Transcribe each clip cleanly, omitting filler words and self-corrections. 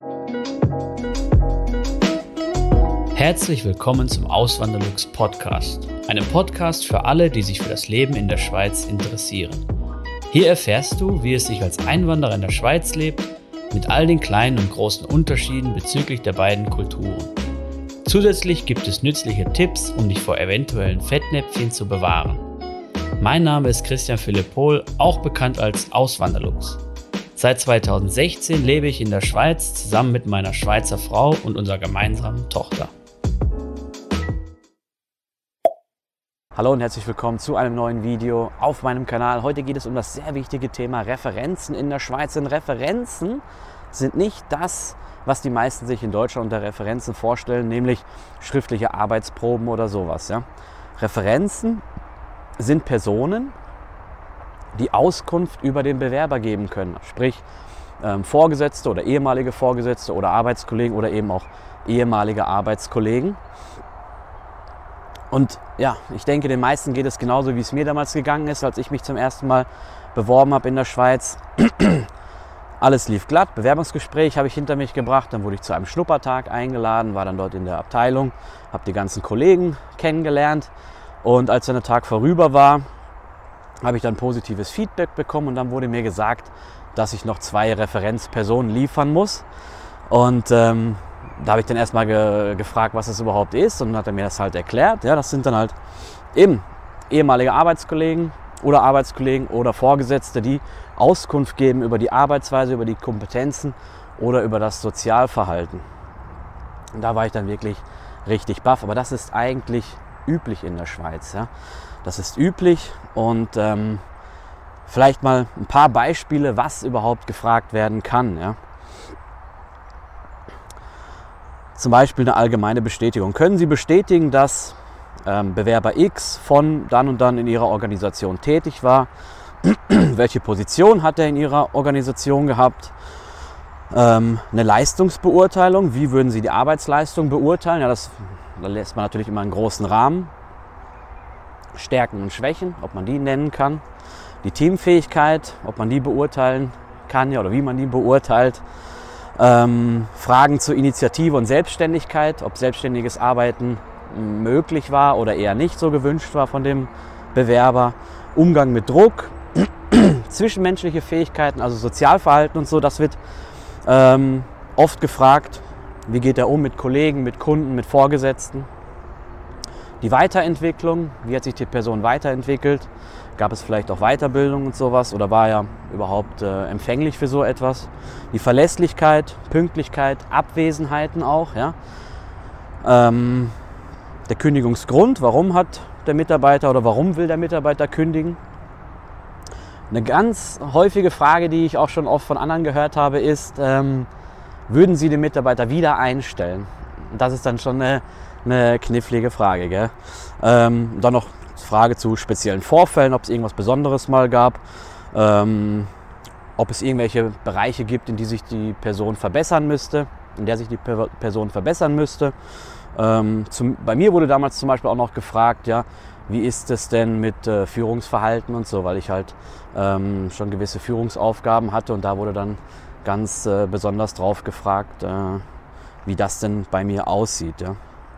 Herzlich willkommen zum Auswanderlux Podcast, einem Podcast für alle, die sich für das Leben in der Schweiz interessieren. Hier erfährst du, wie es sich als Einwanderer in der Schweiz lebt, mit all den kleinen und großen Unterschieden bezüglich der beiden Kulturen. Zusätzlich gibt es nützliche Tipps, um dich vor eventuellen Fettnäpfchen zu bewahren. Mein Name ist Christian Philipp Pohl, auch bekannt als Auswanderlux. Seit 2016 lebe ich in der Schweiz zusammen mit meiner Schweizer Frau und unserer gemeinsamen Tochter. Hallo und herzlich willkommen zu einem neuen Video auf meinem Kanal. Heute geht es um das sehr wichtige Thema Referenzen in der Schweiz. Denn Referenzen sind nicht das, was die meisten sich in Deutschland unter Referenzen vorstellen, nämlich schriftliche Arbeitsproben oder sowas. Ja? Referenzen sind Personen, die Auskunft über den Bewerber geben können. Sprich Vorgesetzte oder ehemalige Vorgesetzte oder Arbeitskollegen oder eben auch ehemalige Arbeitskollegen. Und ja, ich denke, den meisten geht es genauso, wie es mir damals gegangen ist, als ich mich zum ersten Mal beworben habe in der Schweiz. Alles lief glatt, Bewerbungsgespräch habe ich hinter mich gebracht, dann wurde ich zu einem Schnuppertag eingeladen, war dann dort in der Abteilung, habe die ganzen Kollegen kennengelernt und als dann der Tag vorüber war, habe ich dann positives Feedback bekommen und dann wurde mir gesagt, dass ich noch 2 Referenzpersonen liefern muss. Und da habe ich dann erstmal gefragt, was es überhaupt ist, und dann hat er mir das halt erklärt. Ja, das sind dann halt eben ehemalige Arbeitskollegen oder Vorgesetzte, die Auskunft geben über die Arbeitsweise, über die Kompetenzen oder über das Sozialverhalten. Und da war ich dann wirklich richtig baff. Aber das ist eigentlich üblich in der Schweiz. Ja? Das ist üblich und vielleicht mal ein paar Beispiele, was überhaupt gefragt werden kann. Ja? Zum Beispiel eine allgemeine Bestätigung. Können Sie bestätigen, dass Bewerber X von dann und dann in Ihrer Organisation tätig war? Welche Position hat er in Ihrer Organisation gehabt? Eine Leistungsbeurteilung. Wie würden Sie die Arbeitsleistung beurteilen? Ja, da lässt man natürlich immer einen großen Rahmen. Stärken und Schwächen, ob man die nennen kann. Die Teamfähigkeit, ob man die beurteilen kann, ja, oder wie man die beurteilt. Fragen zur Initiative und Selbstständigkeit, ob selbstständiges Arbeiten möglich war oder eher nicht so gewünscht war von dem Bewerber. Umgang mit Druck, zwischenmenschliche Fähigkeiten, also Sozialverhalten und so, das wird oft gefragt. Wie geht er um mit Kollegen, mit Kunden, mit Vorgesetzten? Die Weiterentwicklung, wie hat sich die Person weiterentwickelt? Gab es vielleicht auch Weiterbildung und sowas oder war er überhaupt empfänglich für so etwas? Die Verlässlichkeit, Pünktlichkeit, Abwesenheiten auch. Ja? Der Kündigungsgrund, warum hat der Mitarbeiter oder warum will der Mitarbeiter kündigen? Eine ganz häufige Frage, die ich auch schon oft von anderen gehört habe, ist, würden Sie den Mitarbeiter wieder einstellen? Das ist dann schon eine knifflige Frage. Gell? Dann noch Frage zu speziellen Vorfällen, ob es irgendwas Besonderes mal gab, ob es irgendwelche Bereiche gibt, in die sich die Person verbessern müsste, in der sich die Person verbessern müsste. Bei mir wurde damals zum Beispiel auch noch gefragt, ja, wie ist es denn mit Führungsverhalten und so, weil ich halt schon gewisse Führungsaufgaben hatte und da wurde dann ganz besonders drauf gefragt, wie das denn bei mir aussieht. Ja.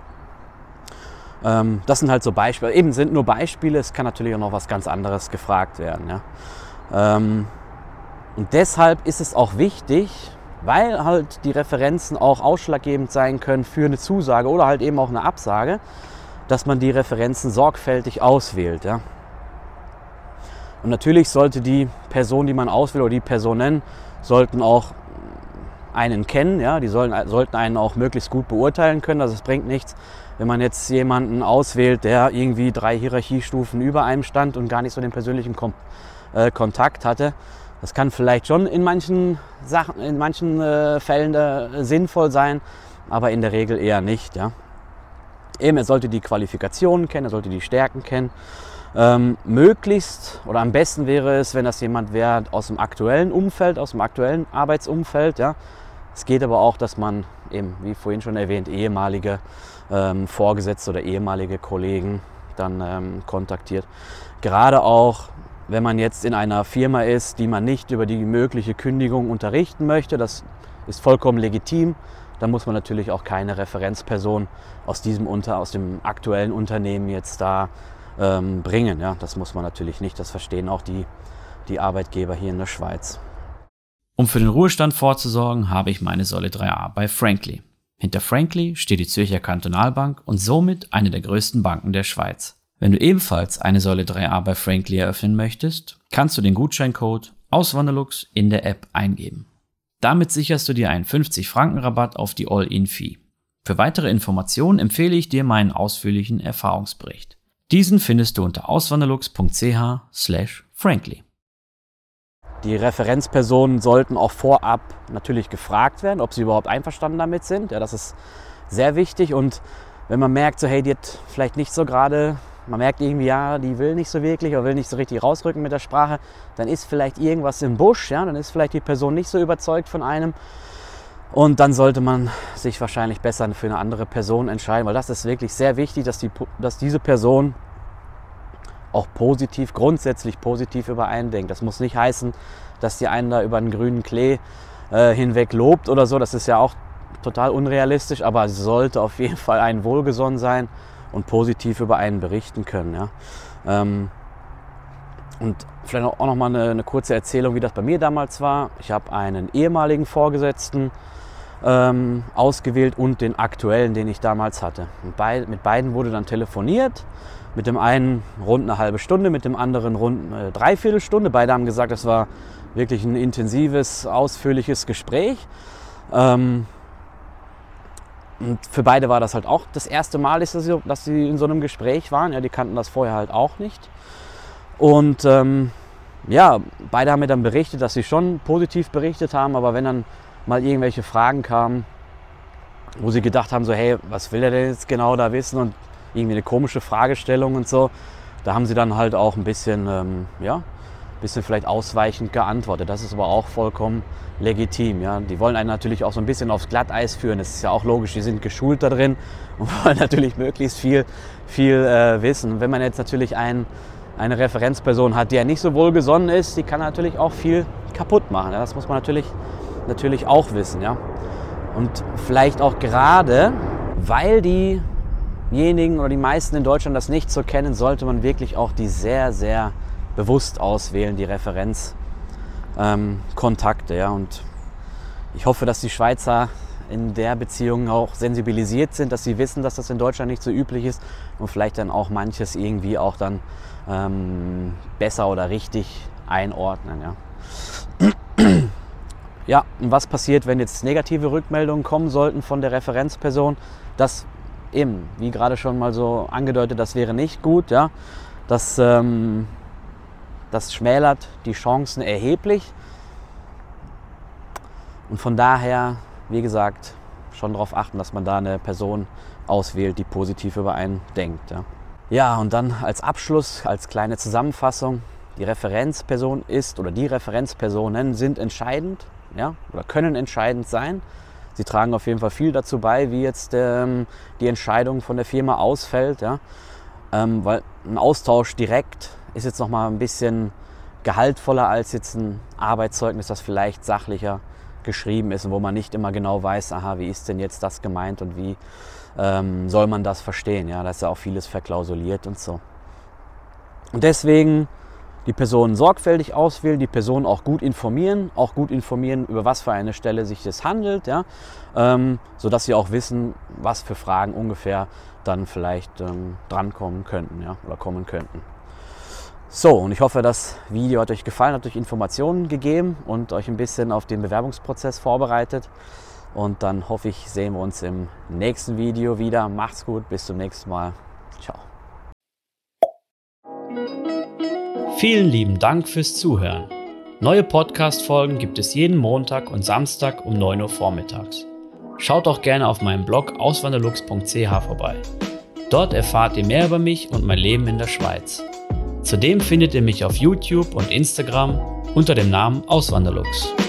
Das sind halt so Beispiele, eben sind nur Beispiele, es kann natürlich auch noch was ganz anderes gefragt werden. Ja. Und deshalb ist es auch wichtig, weil halt die Referenzen auch ausschlaggebend sein können für eine Zusage oder halt eben auch eine Absage, dass man die Referenzen sorgfältig auswählt. Ja. Und natürlich sollte die Person, die man auswählt oder die Personen, sollten auch einen kennen, ja, die sollten einen auch möglichst gut beurteilen können. Also es bringt nichts, wenn man jetzt jemanden auswählt, der irgendwie 3 Hierarchiestufen über einem stand und gar nicht so den persönlichen Kontakt hatte. Das kann vielleicht schon in manchen Fällen sinnvoll sein, aber in der Regel eher nicht. Ja. Eben, er sollte die Qualifikationen kennen, er sollte die Stärken kennen. Möglichst oder am besten wäre es, wenn das jemand wäre aus dem aktuellen Umfeld, aus dem aktuellen Arbeitsumfeld. Ja. Es geht aber auch, dass man eben, wie vorhin schon erwähnt, ehemalige Vorgesetzte oder ehemalige Kollegen dann kontaktiert. Gerade auch, wenn man jetzt in einer Firma ist, die man nicht über die mögliche Kündigung unterrichten möchte. Das ist vollkommen legitim. Da muss man natürlich auch keine Referenzperson aus dem aktuellen Unternehmen jetzt da bringen. Ja? Das muss man natürlich nicht, das verstehen auch die Arbeitgeber hier in der Schweiz. Um für den Ruhestand vorzusorgen, habe ich meine Säule 3a bei Frankly. Hinter Frankly steht die Zürcher Kantonalbank und somit eine der größten Banken der Schweiz. Wenn du ebenfalls eine Säule 3a bei Frankly eröffnen möchtest, kannst du den Gutscheincode Auswanderlux in der App eingeben. Damit sicherst du dir einen 50-Franken-Rabatt auf die All-In-Fee. Für weitere Informationen empfehle ich dir meinen ausführlichen Erfahrungsbericht. Diesen findest du unter auswanderlux.ch/Frankly. Die Referenzpersonen sollten auch vorab natürlich gefragt werden, ob sie überhaupt einverstanden damit sind. Ja, das ist sehr wichtig. Und wenn man merkt, so, hey, die hat vielleicht nicht so gerade, man merkt irgendwie, ja, die will nicht so wirklich oder will nicht so richtig rausrücken mit der Sprache, dann ist vielleicht irgendwas im Busch, ja, dann ist vielleicht die Person nicht so überzeugt von einem. Und dann sollte man sich wahrscheinlich besser für eine andere Person entscheiden, weil das ist wirklich sehr wichtig, dass diese Person auch grundsätzlich positiv übereindenkt. Das muss nicht heißen, dass die einen da über einen grünen Klee hinweg lobt oder so. Das ist ja auch total unrealistisch, aber sie sollte auf jeden Fall einen wohlgesonnen sein und positiv über einen berichten können. Ja. Und vielleicht auch noch mal eine kurze Erzählung, wie das bei mir damals war. Ich habe einen ehemaligen Vorgesetzten ausgewählt und den aktuellen, den ich damals hatte. Und mit beiden wurde dann telefoniert. Mit dem einen rund eine halbe Stunde, mit dem anderen rund eine Dreiviertelstunde. Beide haben gesagt, das war wirklich ein intensives, ausführliches Gespräch. Und für beide war das halt auch das erste Mal, dass sie in so einem Gespräch waren. Ja, die kannten das vorher halt auch nicht. Und ja, beide haben mir dann berichtet, dass sie schon positiv berichtet haben, aber wenn dann mal irgendwelche Fragen kamen, wo sie gedacht haben, so hey, was will er denn jetzt genau da wissen und irgendwie eine komische Fragestellung und so, da haben sie dann halt auch ein bisschen vielleicht ausweichend geantwortet. Das ist aber auch vollkommen legitim. Ja. Die wollen einen natürlich auch so ein bisschen aufs Glatteis führen. Das ist ja auch logisch, die sind geschult da drin und wollen natürlich möglichst viel wissen. Und wenn man jetzt natürlich eine Referenzperson hat, die ja nicht so wohlgesonnen ist, die kann natürlich auch viel kaputt machen. Ja. Das muss man natürlich auch wissen. Ja. Und vielleicht auch gerade, weil diejenigen oder die meisten in Deutschland das nicht so kennen, sollte man wirklich auch die sehr, sehr bewusst auswählen, die Referenzkontakte. Ja. Und ich hoffe, dass die Schweizer in der Beziehung auch sensibilisiert sind, dass sie wissen, dass das in Deutschland nicht so üblich ist und vielleicht dann auch manches irgendwie auch dann besser oder richtig einordnen. Ja. Ja, und was passiert, wenn jetzt negative Rückmeldungen kommen sollten von der Referenzperson? Das eben, wie gerade schon mal so angedeutet, das wäre nicht gut. Ja? Das schmälert die Chancen erheblich. Und von daher, wie gesagt, schon darauf achten, dass man da eine Person auswählt, die positiv über einen denkt. Ja, ja, und dann als Abschluss, als kleine Zusammenfassung, die Referenzperson ist oder die Referenzpersonen sind entscheidend. Ja, oder können entscheidend sein. Sie tragen auf jeden Fall viel dazu bei, wie jetzt die Entscheidung von der Firma ausfällt. Ja? Weil ein Austausch direkt ist jetzt noch mal ein bisschen gehaltvoller als jetzt ein Arbeitszeugnis, das vielleicht sachlicher geschrieben ist und wo man nicht immer genau weiß, aha, wie ist denn jetzt das gemeint und wie soll man das verstehen. Ja? Da ist ja auch vieles verklausuliert und so. Und deswegen die Person sorgfältig auswählen, die Person auch gut informieren, über was für eine Stelle sich es handelt, ja, sodass sie auch wissen, was für Fragen ungefähr dann vielleicht drankommen könnten, ja, oder kommen könnten. So, und ich hoffe, das Video hat euch gefallen, hat euch Informationen gegeben und euch ein bisschen auf den Bewerbungsprozess vorbereitet. Und dann hoffe ich, sehen wir uns im nächsten Video wieder. Macht's gut, bis zum nächsten Mal. Ciao. Vielen lieben Dank fürs Zuhören. Neue Podcast-Folgen gibt es jeden Montag und Samstag um 9 Uhr vormittags. Schaut auch gerne auf meinem Blog auswanderlux.ch vorbei. Dort erfahrt ihr mehr über mich und mein Leben in der Schweiz. Zudem findet ihr mich auf YouTube und Instagram unter dem Namen Auswanderlux.